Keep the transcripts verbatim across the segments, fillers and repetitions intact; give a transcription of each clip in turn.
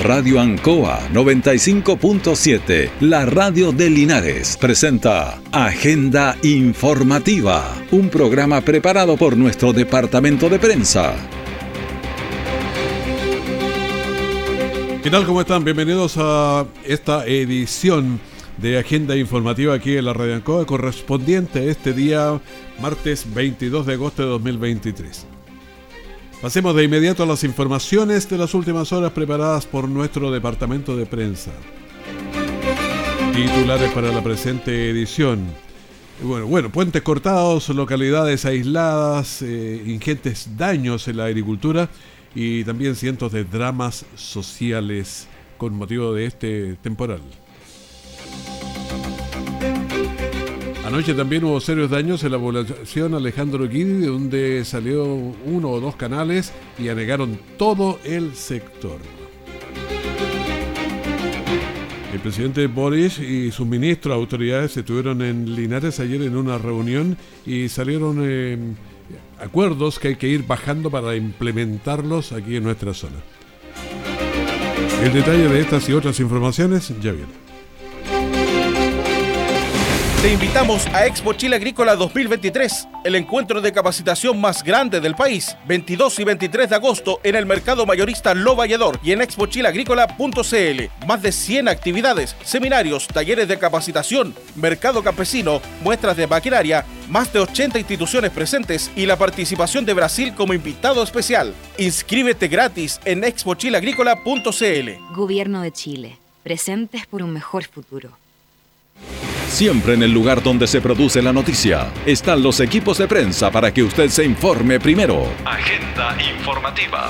Radio Ancoa noventa y cinco punto siete, la radio de Linares, presenta Agenda Informativa, un programa preparado por nuestro departamento de prensa. ¿Qué tal? ¿Cómo están? Bienvenidos a esta edición de Agenda Informativa aquí en la Radio Ancoa, correspondiente a este día, martes veintidós de agosto de dos mil veintitrés. Pasemos de inmediato a las informaciones de las últimas horas preparadas por nuestro departamento de prensa. Titulares para la presente edición. Bueno, bueno, puentes cortados, localidades aisladas, eh, ingentes daños en la agricultura y también cientos de dramas sociales con motivo de este temporal. Anoche también hubo serios daños en la población Alejandro Guidi, donde salió uno o dos canales y anegaron todo el sector. El presidente Boris y sus ministros, autoridades, estuvieron en Linares ayer en una reunión y salieron eh, acuerdos que hay que ir bajando para implementarlos aquí en nuestra zona. El detalle de estas y otras informaciones ya viene. Te invitamos a Expo Chile Agrícola dos mil veintitrés, el encuentro de capacitación más grande del país, veintidós y veintitrés de agosto en el Mercado Mayorista Lo Valledor y en expo chile agrícola punto c l. Más de cien actividades, seminarios, talleres de capacitación, mercado campesino, muestras de maquinaria, más de ochenta instituciones presentes y la participación de Brasil como invitado especial. Inscríbete gratis en expo chile agrícola punto c l. Gobierno de Chile, presentes por un mejor futuro. Siempre en el lugar donde se produce la noticia están los equipos de prensa para que usted se informe primero. Agenda Informativa.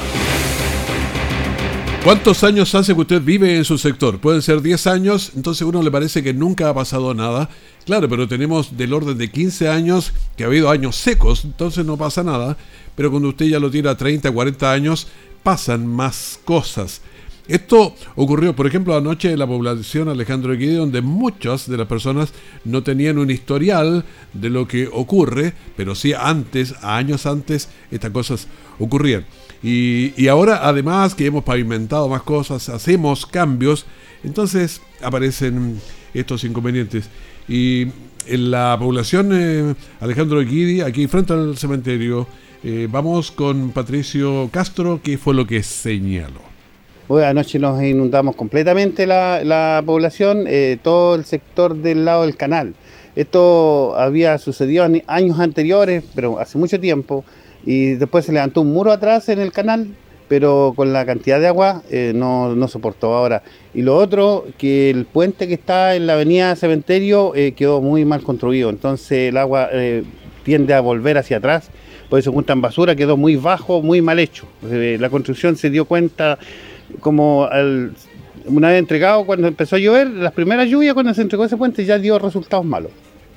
¿Cuántos años hace que usted vive en su sector? Pueden ser diez años, entonces a uno le parece que nunca ha pasado nada. Claro, pero tenemos del orden de quince años, que ha habido años secos, entonces no pasa nada. Pero cuando usted ya lo tiene a treinta, cuarenta años, pasan más cosas. Esto ocurrió, por ejemplo, anoche en la población Alejandro Guidi, donde muchas de las personas no tenían un historial de lo que ocurre, pero sí antes, años antes, estas cosas ocurrían. Y, y ahora, además que hemos pavimentado más cosas, hacemos cambios, entonces aparecen estos inconvenientes. Y en la población eh, Alejandro Guidi, aquí frente al cementerio, eh, vamos con Patricio Castro, que fue lo que señaló. Hoy anoche nos inundamos completamente la, la población, eh, todo el sector del lado del canal. Esto había sucedido años anteriores, pero hace mucho tiempo, y después se levantó un muro atrás en el canal, pero con la cantidad de agua eh, no, no soportó ahora. Y lo otro, que el puente que está en la avenida Cementerio eh, quedó muy mal construido, entonces el agua eh, tiende a volver hacia atrás, por eso juntan basura, quedó muy bajo, muy mal hecho. Eh, la construcción se dio cuenta como al, una vez entregado, cuando empezó a llover, las primeras lluvias, cuando se entregó ese puente ya dio resultados malos.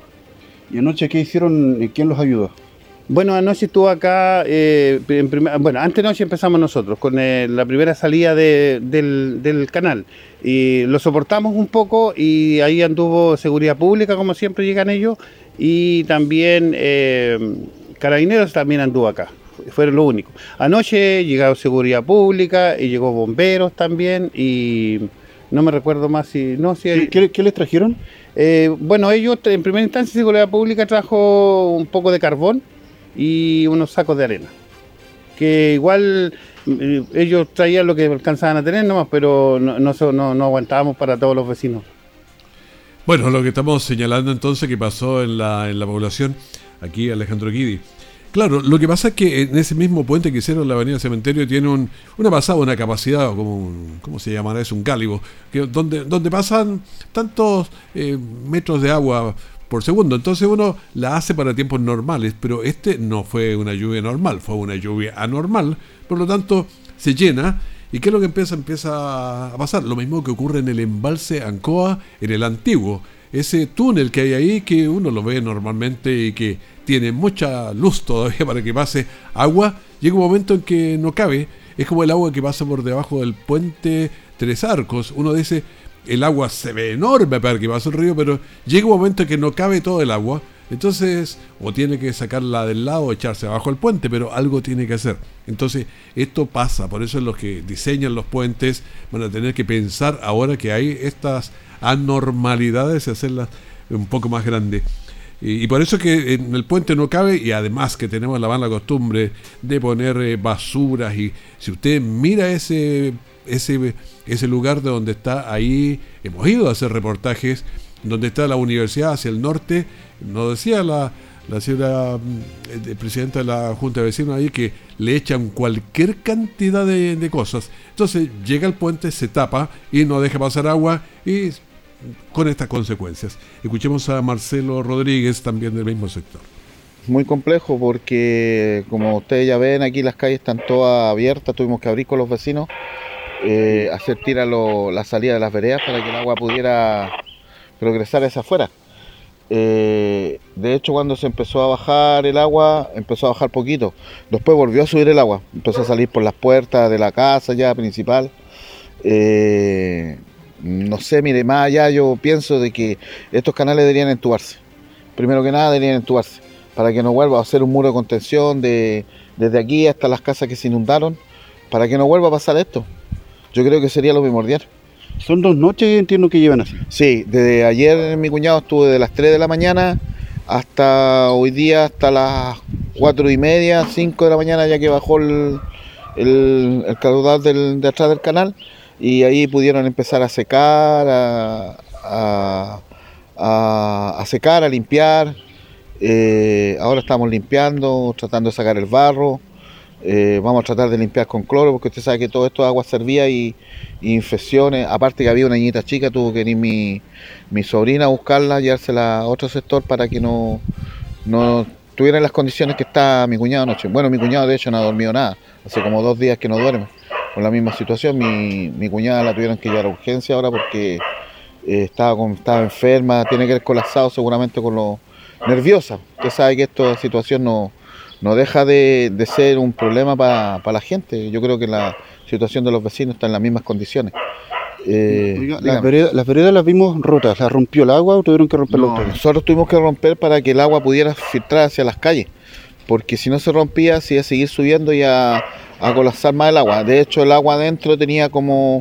¿Y anoche qué hicieron y quién los ayudó? Bueno, anoche estuvo acá, eh, en primer, bueno, antes de noche empezamos nosotros con eh, la primera salida de, del, del canal y lo soportamos un poco y ahí anduvo seguridad pública, como siempre llegan ellos, y también eh, Carabineros también anduvo acá. Fueron lo único. Anoche llegó seguridad pública y llegó bomberos también y no me recuerdo más si... no si ¿Qué, ¿Qué, ¿Qué les trajeron? Eh, bueno, ellos en primera instancia seguridad pública trajo un poco de carbón y unos sacos de arena. Que igual eh, ellos traían lo que alcanzaban a tener nomás, pero no, no, no, no aguantábamos para todos los vecinos. Bueno, lo que estamos señalando entonces que pasó en la, en la población aquí Alejandro Guidi. Claro, lo que pasa es que en ese mismo puente que hicieron en la avenida Cementerio tiene un, una pasada, una capacidad, como un, ¿cómo se llamará? Es un cálibo, que donde, donde pasan tantos eh, metros de agua por segundo. Entonces uno la hace para tiempos normales, pero este no fue una lluvia normal, fue una lluvia anormal, por lo tanto se llena. ¿Y qué es lo que empieza? Empieza a pasar lo mismo que ocurre en el embalse Ancoa, en el antiguo. Ese túnel que hay ahí, que uno lo ve normalmente y que tiene mucha luz todavía para que pase agua, llega un momento en que no cabe. Es como el agua que pasa por debajo del puente Tres Arcos. Uno dice, el agua se ve enorme para que pase el río, pero llega un momento en que no cabe todo el agua. Entonces, o tiene que sacarla del lado o echarse abajo el puente, pero algo tiene que hacer. Entonces, esto pasa, por eso los que diseñan los puentes van a tener que pensar ahora que hay estas anormalidades y hacerlas un poco más grandes. Y, y por eso que en el puente no cabe, y además que tenemos la mala costumbre de poner eh, basuras, y si usted mira ese, ese, ese lugar de donde está ahí, hemos ido a hacer reportajes, donde está la universidad hacia el norte, nos decía la, la señora eh, presidenta de la Junta de Vecinos ahí que le echan cualquier cantidad de, de cosas. Entonces llega el puente, se tapa y no deja pasar agua, y con estas consecuencias. Escuchemos a Marcelo Rodríguez, también del mismo sector. Muy complejo porque, como ustedes ya ven, aquí las calles están todas abiertas, tuvimos que abrir con los vecinos, eh, hacer tira lo, la salida de las veredas para que el agua pudiera progresar hacia afuera. Eh, de hecho, cuando se empezó a bajar el agua, empezó a bajar poquito, después volvió a subir el agua, empezó a salir por las puertas de la casa ya principal. Eh, No sé, mire, más allá yo pienso de que estos canales deberían entubarse. Primero que nada deberían entubarse, para que no vuelva a ser un muro de contención de, desde aquí hasta las casas que se inundaron, para que no vuelva a pasar esto. Yo creo que sería lo primordial. Son dos noches, entiendo que llevan así. Sí, desde ayer mi cuñado estuvo de las tres de la mañana hasta hoy día, hasta las cuatro y media, cinco de la mañana, ya que bajó el, el, el caudal del, de atrás del canal. Y ahí pudieron empezar a secar, a, a, a, a secar, a limpiar. Eh, ahora estamos limpiando, tratando de sacar el barro. Eh, vamos a tratar de limpiar con cloro, porque usted sabe que todo esto es agua servía y, y infecciones. Aparte que había una niñita chica, tuvo que venir mi, mi sobrina a buscarla, llevársela a otro sector para que no, no tuviera las condiciones que está mi cuñado anoche. Bueno, mi cuñado de hecho no ha dormido nada, hace como dos días que no duerme. Con la misma situación, mi, mi cuñada la tuvieron que llevar a urgencia ahora porque eh, estaba, con, estaba enferma, tiene que haber colapsado seguramente con lo nerviosa. Usted sabe que esta situación no, no deja de, de ser un problema para pa la gente. Yo creo que la situación de los vecinos está en las mismas condiciones. Eh, Oiga, las, veredas, las veredas las vimos rotas, ¿las rompió el agua o tuvieron que romperlo? No, nosotros tuvimos que romper para que el agua pudiera filtrar hacia las calles, porque si no se rompía, se iba a seguir subiendo y a... a colapsar más el agua. De hecho, el agua adentro tenía como...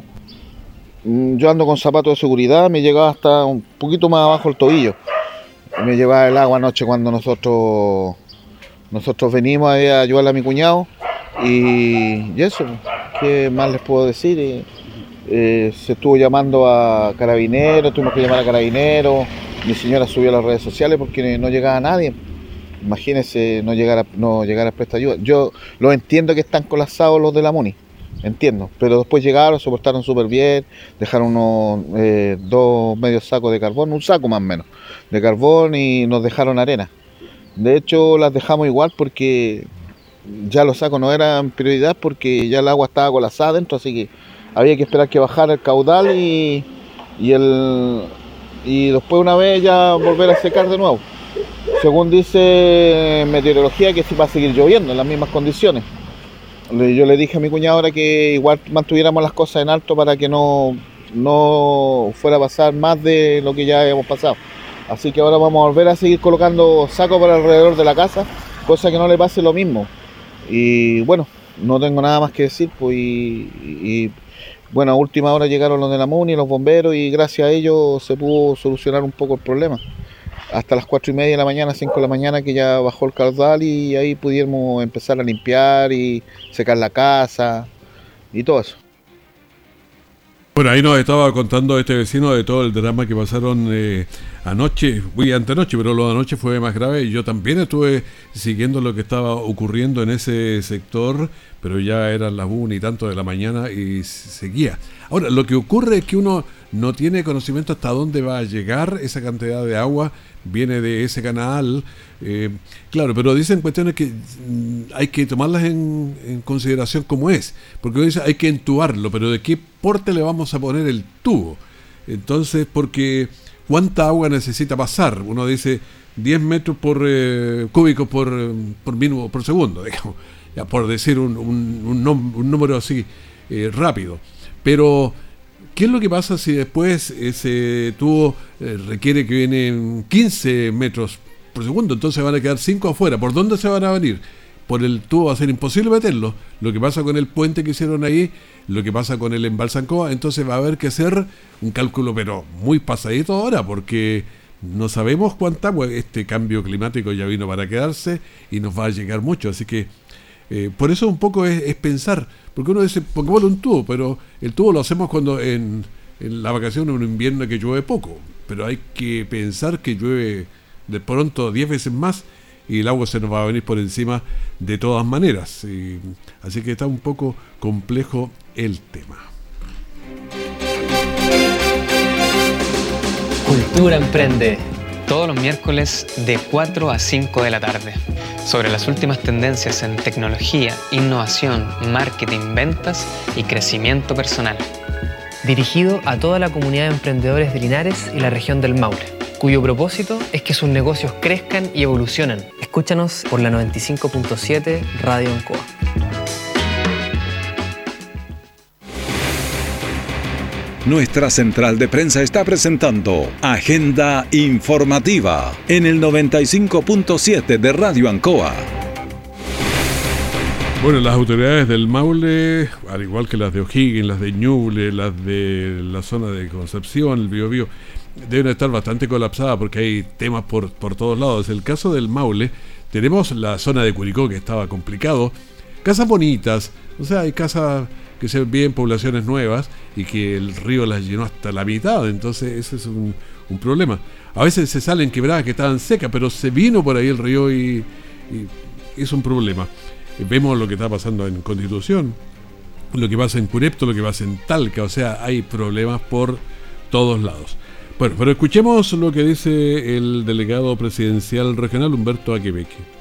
Yo ando con zapatos de seguridad, me llegaba hasta un poquito más abajo el tobillo. Me llevaba el agua anoche cuando nosotros nosotros venimos a ayudarle a mi cuñado. Y, y eso, ¿qué más les puedo decir? Eh, eh, se estuvo llamando a carabineros, tuvimos que llamar a carabineros. Mi señora subió a las redes sociales porque no llegaba nadie. Imagínense no llegar a, no llegar a prestar ayuda. Yo lo entiendo que están colapsados los de la MUNI, entiendo, pero después llegaron, se portaron súper bien, dejaron unos eh, dos medios sacos de carbón, un saco más o menos, de carbón, y nos dejaron arena. De hecho las dejamos igual porque ya los sacos no eran prioridad porque ya el agua estaba colapsada dentro, así que había que esperar que bajara el caudal y, y, el, y después una vez ya volver a secar de nuevo. Según dice meteorología que sí va a seguir lloviendo en las mismas condiciones. Yo le dije a mi cuñado ahora que igual mantuviéramos las cosas en alto para que no, no fuera a pasar más de lo que ya habíamos pasado. Así que ahora vamos a volver a seguir colocando sacos por alrededor de la casa, cosa que no le pase lo mismo. Y bueno, no tengo nada más que decir, pues y, y bueno, a última hora llegaron los de la MUNI, los bomberos, y gracias a ellos se pudo solucionar un poco el problema. Hasta las cuatro y media de la mañana, cinco de la mañana, que ya bajó el caudal y ahí pudimos empezar a limpiar y secar la casa y todo eso. Bueno, ahí nos estaba contando este vecino de todo el drama que pasaron eh, anoche, muy antenoche, pero lo de anoche fue más grave, y yo también estuve siguiendo lo que estaba ocurriendo en ese sector, pero ya eran las una y tanto de la mañana y seguía. Ahora, lo que ocurre es que uno no tiene conocimiento hasta dónde va a llegar esa cantidad de agua, viene de ese canal, eh, claro, pero dicen cuestiones que mm, hay que tomarlas en, en consideración como es, porque dice hay que entubarlo, pero ¿de qué porte le vamos a poner el tubo? Entonces, porque ¿cuánta agua necesita pasar? Uno dice diez metros por eh, cúbicos por, por minuto, por segundo, digamos, ya por decir un, un, un, nom- un número así eh, rápido, pero ¿qué es lo que pasa si después ese tubo eh, requiere que vienen quince metros por segundo, entonces van a quedar cinco afuera. ¿Por dónde se van a venir? Por el tubo va a ser imposible meterlo. Lo que pasa con el puente que hicieron ahí, lo que pasa con el embalse Ancoa, entonces va a haber que hacer un cálculo, pero muy pasadito ahora, porque no sabemos cuánta agua, este cambio climático ya vino para quedarse y nos va a llegar mucho, así que eh, por eso un poco es, es pensar, porque uno dice, pongámosle un tubo, pero el tubo lo hacemos cuando en, en la vacación, en un invierno que llueve poco, pero hay que pensar que llueve de pronto diez veces más y el agua se nos va a venir por encima de todas maneras, y, así que está un poco complejo el tema. Cultura Emprende, todos los miércoles de cuatro a cinco de la tarde, sobre las últimas tendencias en tecnología, innovación, marketing, ventas y crecimiento personal. Dirigido a toda la comunidad de emprendedores de Linares y la región del Maule, cuyo propósito es que sus negocios crezcan y evolucionen. Escúchanos por la noventa y cinco punto siete Radio Ancoa. Nuestra central de prensa está presentando Agenda Informativa en el noventa y cinco punto siete de Radio Ancoa. Bueno, las autoridades del Maule, al igual que las de O'Higgins, las de Ñuble, las de la zona de Concepción, el Biobío, deben estar bastante colapsadas porque hay temas por, por todos lados. En el caso del Maule, tenemos la zona de Curicó, que estaba complicado. Casas bonitas, o sea, hay casas que se ven poblaciones nuevas y que el río las llenó hasta la mitad, entonces ese es un, un problema. A veces se salen quebradas que estaban secas, pero se vino por ahí el río y, y es un problema. Vemos lo que está pasando en Constitución, lo que pasa en Curepto, lo que pasa en Talca, o sea, hay problemas por todos lados. Bueno, pero escuchemos lo que dice el delegado presidencial regional, Humberto Aquebeque.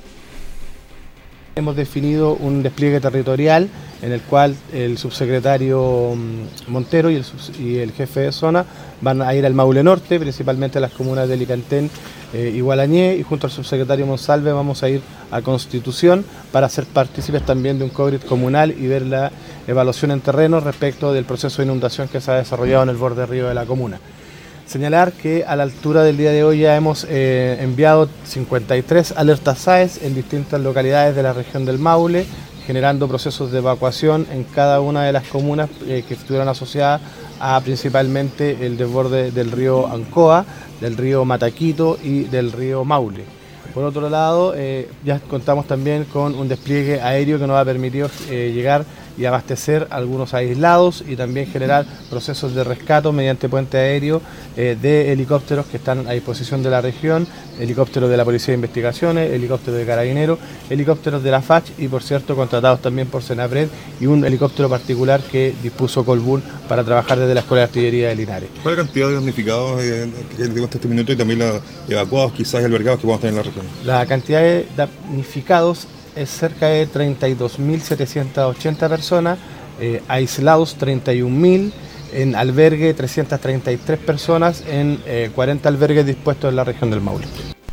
Hemos definido un despliegue territorial en el cual el subsecretario Montero y el, y el jefe de zona van a ir al Maule Norte, principalmente a las comunas de Licantén eh, y Gualañé, y junto al subsecretario Monsalve vamos a ir a Constitución para ser partícipes también de un COGRIT comunal y ver la evaluación en terreno respecto del proceso de inundación que se ha desarrollado en el borde río de la comuna. Señalar que a la altura del día de hoy ya hemos eh, enviado cincuenta y tres alertas S A E S en distintas localidades de la región del Maule, generando procesos de evacuación en cada una de las comunas eh, que estuvieron asociadas a principalmente el desborde del río Ancoa, del río Mataquito y del río Maule. Por otro lado, eh, ya contamos también con un despliegue aéreo que nos ha permitido eh, llegar y abastecer algunos aislados y también generar procesos de rescate mediante puente aéreo eh, de helicópteros que están a disposición de la región, helicópteros de la Policía de Investigaciones, helicópteros de Carabineros, helicópteros de la F A C y por cierto contratados también por Senapred y un helicóptero particular que dispuso Colbún para trabajar desde la Escuela de Artillería de Linares. ¿Cuál es la cantidad de damnificados eh, que tenemos hasta este minuto y también los evacuados, quizás albergados que vamos a tener en la región? La cantidad de damnificados es cerca de treinta y dos mil setecientas ochenta personas, eh, aislados treinta y un mil, en albergue trescientas treinta y tres personas, en eh, cuarenta albergues dispuestos en la región del Maule.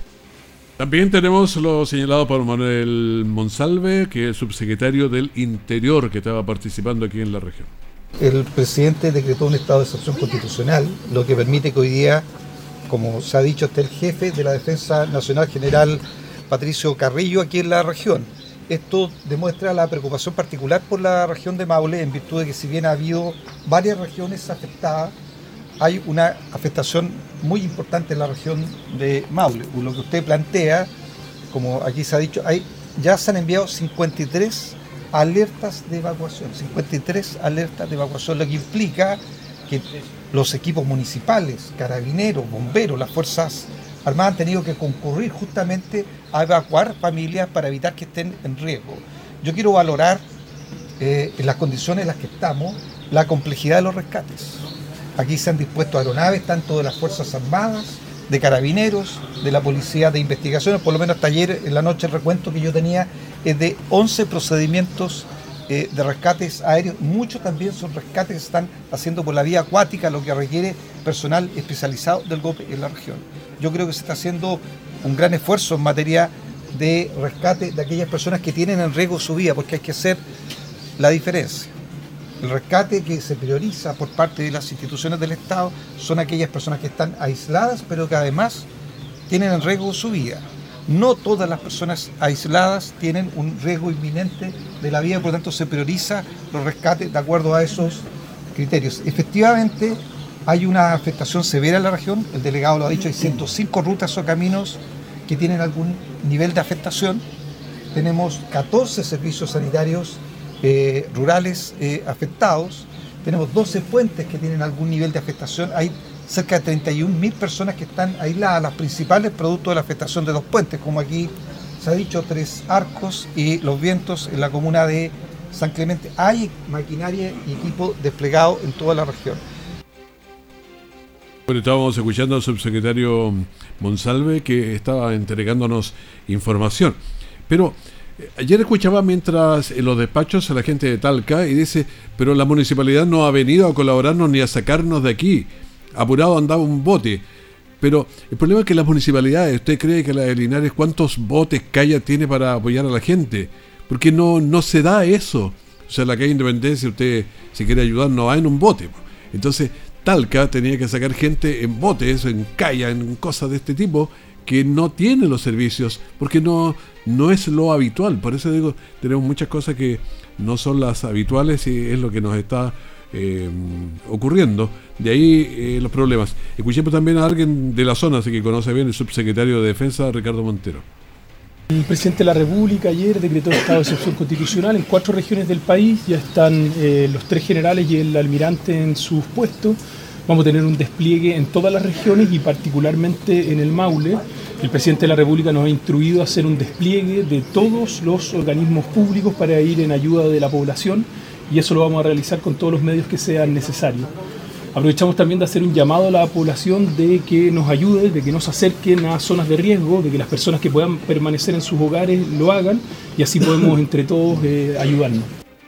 También tenemos lo señalado por Manuel Monsalve, que es subsecretario del Interior, que estaba participando aquí en la región. El presidente decretó un estado de excepción constitucional, lo que permite que hoy día, como se ha dicho, esté el jefe de la Defensa Nacional General Patricio Carrillo aquí en la región. Esto demuestra la preocupación particular por la región de Maule, en virtud de que si bien ha habido varias regiones afectadas, hay una afectación muy importante en la región de Maule. Lo que usted plantea, como aquí se ha dicho, hay, ya se han enviado cincuenta y tres alertas de evacuación, cincuenta y tres alertas de evacuación, lo que implica que los equipos municipales, carabineros, bomberos, las fuerzas armadas han tenido que concurrir justamente a evacuar familias para evitar que estén en riesgo. Yo quiero valorar eh, en las condiciones en las que estamos la complejidad de los rescates. Aquí se han dispuesto aeronaves tanto de las Fuerzas Armadas, de Carabineros, de la Policía de Investigaciones, por lo menos hasta ayer en la noche el recuento que yo tenía es de once procedimientos eh, de rescates aéreos. Muchos también son rescates que se están haciendo por la vía acuática, lo que requiere personal especializado del GOPE en la región. Yo creo que se está haciendo un gran esfuerzo en materia de rescate de aquellas personas que tienen en riesgo su vida, porque hay que hacer la diferencia. El rescate que se prioriza por parte de las instituciones del Estado son aquellas personas que están aisladas, pero que además tienen en riesgo su vida. No todas las personas aisladas tienen un riesgo inminente de la vida, por lo tanto se prioriza los rescates de acuerdo a esos criterios. Efectivamente, hay una afectación severa en la región, el delegado lo ha dicho, hay ciento cinco rutas o caminos que tienen algún nivel de afectación. Tenemos catorce servicios sanitarios eh, rurales eh, afectados, tenemos doce puentes que tienen algún nivel de afectación, hay cerca de treinta y un mil personas que están aisladas, las principales producto de la afectación de los puentes, como aquí se ha dicho, Tres Arcos y Los Vientos en la comuna de San Clemente. Hay maquinaria y equipo desplegado en toda la región. Bueno, estábamos escuchando al subsecretario Monsalve que estaba entregándonos información, pero ayer escuchaba mientras en los despachos a la gente de Talca y dice, pero la municipalidad no ha venido a colaborarnos ni a sacarnos de aquí. Apurado andaba un bote. Pero el problema es que las municipalidades, ¿usted cree que la de Linares cuántos botes Calla tiene para apoyar a la gente? Porque no, no se da eso. O sea, la calle Independencia, usted si quiere ayudar no va en un bote. Entonces Talca tenía que sacar gente en botes, en Calla, en cosas de este tipo, que no tiene los servicios, porque no, no es lo habitual. Por eso digo, tenemos muchas cosas que no son las habituales y es lo que nos está Eh, ocurriendo, de ahí eh, los problemas. Escuchemos también a alguien de la zona, así que conoce bien, el subsecretario de Defensa, Ricardo Montero. El presidente de la República ayer decretó estado de excepción constitucional en cuatro regiones del país, ya están eh, los tres generales y el almirante en sus puestos. Vamos a tener un despliegue en todas las regiones y particularmente en el Maule. El presidente de la República nos ha instruido a hacer un despliegue de todos los organismos públicos para ir en ayuda de la población, y eso lo vamos a realizar con todos los medios que sean necesarios. Aprovechamos también de hacer un llamado a la población de que nos ayude, de que no se acerquen a zonas de riesgo, de que las personas que puedan permanecer en sus hogares lo hagan, y así podemos entre todos eh, ayudarnos.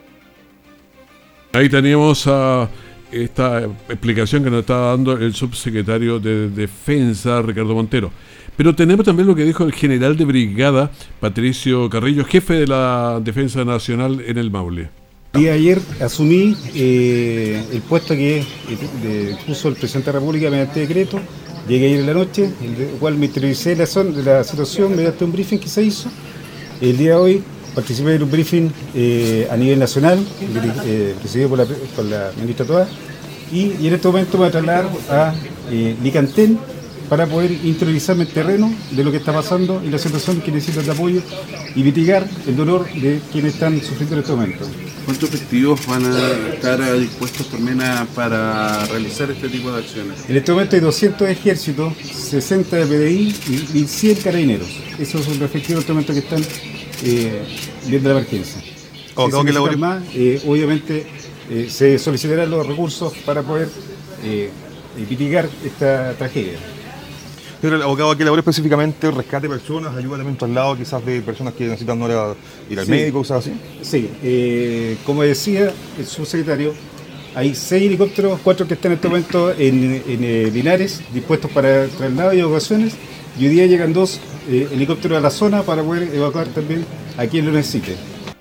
Ahí teníamos a esta explicación que nos estaba dando el subsecretario de Defensa, Ricardo Montero. Pero tenemos también lo que dijo el general de brigada, Patricio Carrillo, jefe de la Defensa Nacional en el Maule. El día de ayer asumí eh, el puesto que eh, puso el presidente de la República mediante decreto. Llegué ayer en la noche, el cual me interioricé de la, zona, de la situación mediante un briefing que se hizo. El día de hoy participé en un briefing eh, a nivel nacional, eh, presidido por la, por la ministra Toá, y, y en este momento me voy a trasladar a eh, Licantén para poder interiorizarme en terreno de lo que está pasando y la situación que necesitan de apoyo y mitigar el dolor de quienes están sufriendo en este momento. ¿Cuántos efectivos van a estar dispuestos también a, para realizar este tipo de acciones? En este momento hay doscientos ejércitos, sesenta de P D I y, y cien carabineros. Esos son los efectivos en este momento que están eh, viendo la emergencia. Oh, si se necesitan más, eh, obviamente eh, se solicitarán los recursos para poder eh, mitigar esta tragedia. Pero el abogado aquí elabora específicamente el rescate de personas, ayuda también traslado quizás de personas que necesitan no ir al sí. médico, cosas así. Sí, eh, como decía el subsecretario, hay seis helicópteros, cuatro que están en este momento en, en eh, Linares, dispuestos para traslado y evacuaciones, y hoy día llegan dos eh, helicópteros a la zona para poder evacuar también a quien lo necesite.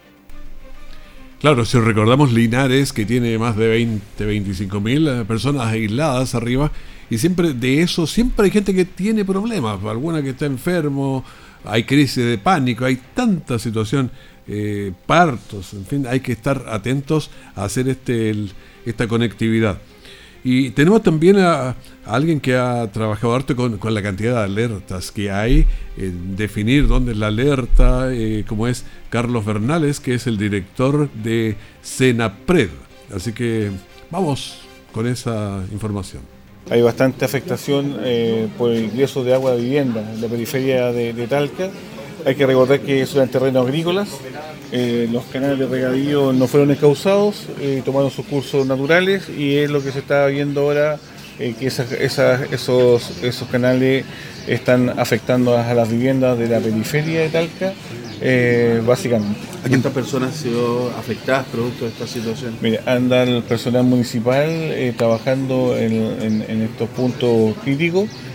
Claro, si recordamos Linares, que tiene más de veinte, veinticinco mil personas aisladas arriba, y siempre de eso, siempre hay gente que tiene problemas, alguna que está enfermo, hay crisis de pánico, hay tanta situación, eh, partos, en fin, hay que estar atentos a hacer este el, esta conectividad. Y tenemos también a, a alguien que ha trabajado harto con, con la cantidad de alertas que hay, eh, definir dónde es la alerta, eh, como es Carlos Bernales, que es el director de Senapred. Así que vamos con esa información. Hay bastante afectación eh, por el ingreso de agua de vivienda en la periferia de, de Talca. Hay que recordar que eso eran terrenos agrícolas, eh, los canales de regadío no fueron encauzados, eh, tomaron sus cursos naturales y es lo que se está viendo ahora, eh, que esas, esas, esos, esos canales están afectando a las viviendas de la periferia de Talca, eh, básicamente. ¿A cuántas personas han sido afectadas producto de esta situación? Mira, anda el personal municipal eh, trabajando en, en, en estos puntos críticos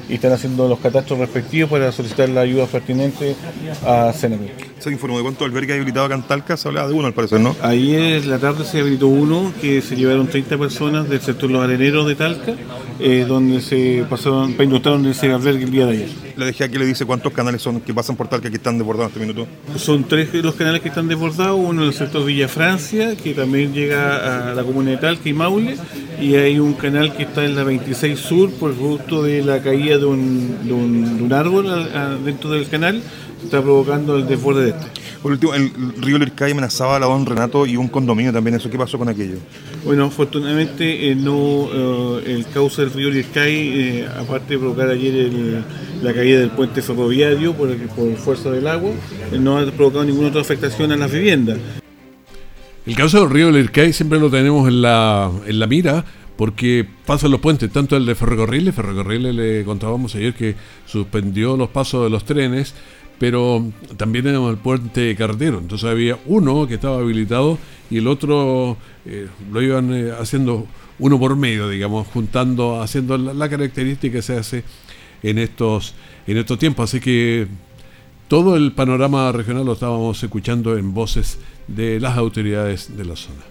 y están haciendo los catastros respectivos para solicitar la ayuda pertinente a Sename. ¿Se informó de cuántos albergues habilitados acá en Talca? Se hablaba de uno al parecer, ¿no? Ayer en la tarde se habilitó uno, que se llevaron treinta personas del sector Los Areneros de Talca, eh, donde se pasaron, pernoctaron en ese albergue el día de ayer. La D G A, ¿qué le dice cuántos canales son que pasan por Talca que están desbordados en este minuto? Son tres los canales que están desbordados, uno en el sector Villa Francia, que también llega a la comuna de Talca y Maule, y hay un canal que está en la veintiséis Sur por producto de la caída de un, de un, de un árbol a, a, dentro del canal, está provocando el desborde de este. Por último, el río Lircay amenazaba a la don Renato y un condominio también. ¿Eso qué pasó con aquello? Bueno, afortunadamente eh, no eh, el cauce del río Lircay, eh, aparte de provocar ayer el, la caída del puente ferroviario por, el, por fuerza del agua, eh, no ha provocado ninguna otra afectación a las viviendas. El caso del río Lircay siempre lo tenemos en la, en la mira, porque pasan los puentes, tanto el de Ferrocarriles, Ferrocarriles le contábamos ayer que suspendió los pasos de los trenes, pero también tenemos el puente carretero, entonces había uno que estaba habilitado y el otro eh, lo iban eh, haciendo uno por medio, digamos, juntando, haciendo la, la característica que se hace en estos, en estos tiempos, así que todo el panorama regional lo estábamos escuchando en voces de las autoridades de la zona.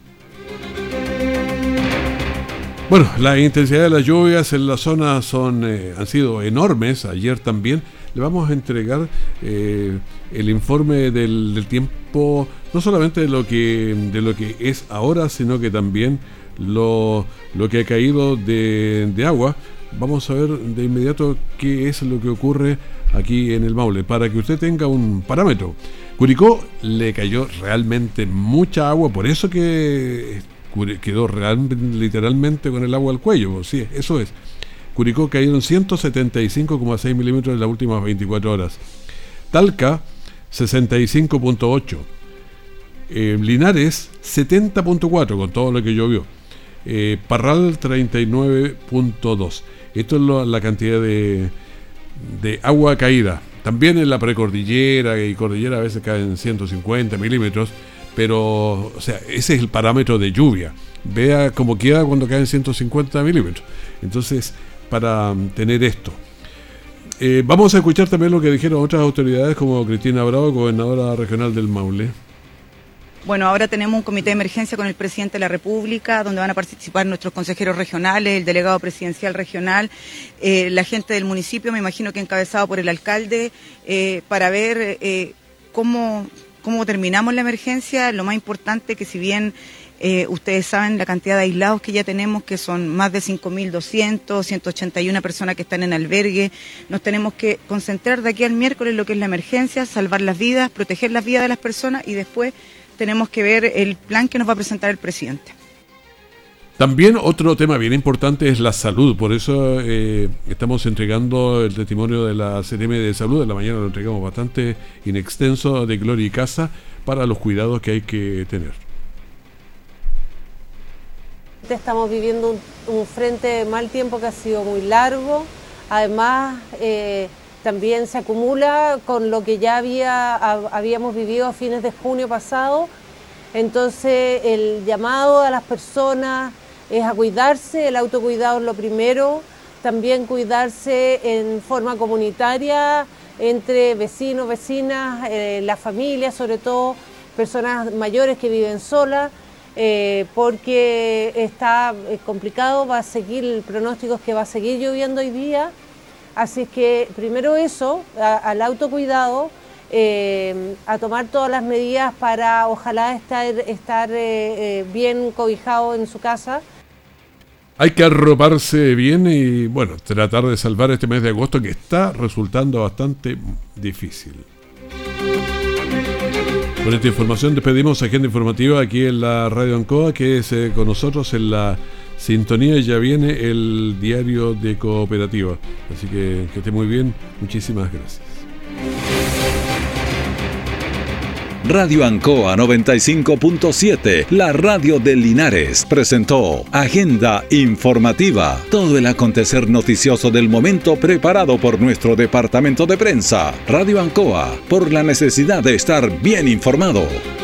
Bueno, la intensidad de las lluvias en la zona son, eh, han sido enormes, ayer también. Le vamos a entregar eh, el informe del, del tiempo, no solamente de lo que de lo que es ahora, sino que también lo, lo que ha caído de, de agua. Vamos a ver de inmediato qué es lo que ocurre aquí en el Maule, para que usted tenga un parámetro. Curicó le cayó realmente mucha agua, por eso que quedó real, literalmente con el agua al cuello. Sí, eso es. Curicó cayeron ciento setenta y cinco coma seis milímetros en las últimas veinticuatro horas. Talca, sesenta y cinco punto ocho. Eh, Linares, setenta punto cuatro, con todo lo que llovió. Eh, Parral, treinta y nueve punto dos. Esto es lo, la cantidad de, de agua caída. También en la precordillera y cordillera a veces caen ciento cincuenta milímetros, pero, o sea, ese es el parámetro de lluvia. Vea cómo queda cuando caen ciento cincuenta milímetros. Entonces, para tener esto. Eh, vamos a escuchar también lo que dijeron otras autoridades como Cristina Bravo, gobernadora regional del Maule. Bueno, ahora tenemos un comité de emergencia con el presidente de la República, donde van a participar nuestros consejeros regionales, el delegado presidencial regional, eh, la gente del municipio, me imagino que encabezado por el alcalde, eh, para ver eh, cómo, cómo terminamos la emergencia. Lo más importante que si bien Eh, ustedes saben la cantidad de aislados que ya tenemos, que son más de cinco mil doscientos, ciento ochenta y una personas que están en albergue. Nos tenemos que concentrar de aquí al miércoles en lo que es la emergencia, salvar las vidas, proteger las vidas de las personas y después tenemos que ver el plan que nos va a presentar el presidente. También otro tema bien importante es la salud, por eso eh, estamos entregando el testimonio de la C N M de Salud. En la mañana lo entregamos bastante in extenso de Gloria y Casa para los cuidados que hay que tener. Estamos viviendo un, un frente de mal tiempo que ha sido muy largo, además eh, también se acumula con lo que ya había, a, habíamos vivido a fines de junio pasado, entonces el llamado a las personas es a cuidarse, el autocuidado es lo primero, también cuidarse en forma comunitaria entre vecinos, vecinas, eh, la familia, sobre todo personas mayores que viven solas. Eh, porque está eh, complicado, va a seguir, el pronóstico es que va a seguir lloviendo hoy día, así que primero eso, a, al autocuidado, eh, a tomar todas las medidas para ojalá estar, estar eh, eh, bien cobijado en su casa. Hay que arroparse bien y bueno, tratar de salvar este mes de agosto que está resultando bastante difícil. Con esta información despedimos Agenda Informativa aquí en la Radio Ancoa, que es eh, con nosotros en la sintonía. Ya viene el diario de Cooperativa, así que que esté muy bien, muchísimas gracias. Radio Ancoa noventa y cinco punto siete, la radio de Linares, presentó Agenda Informativa, todo el acontecer noticioso del momento preparado por nuestro departamento de prensa. Radio Ancoa, por la necesidad de estar bien informado.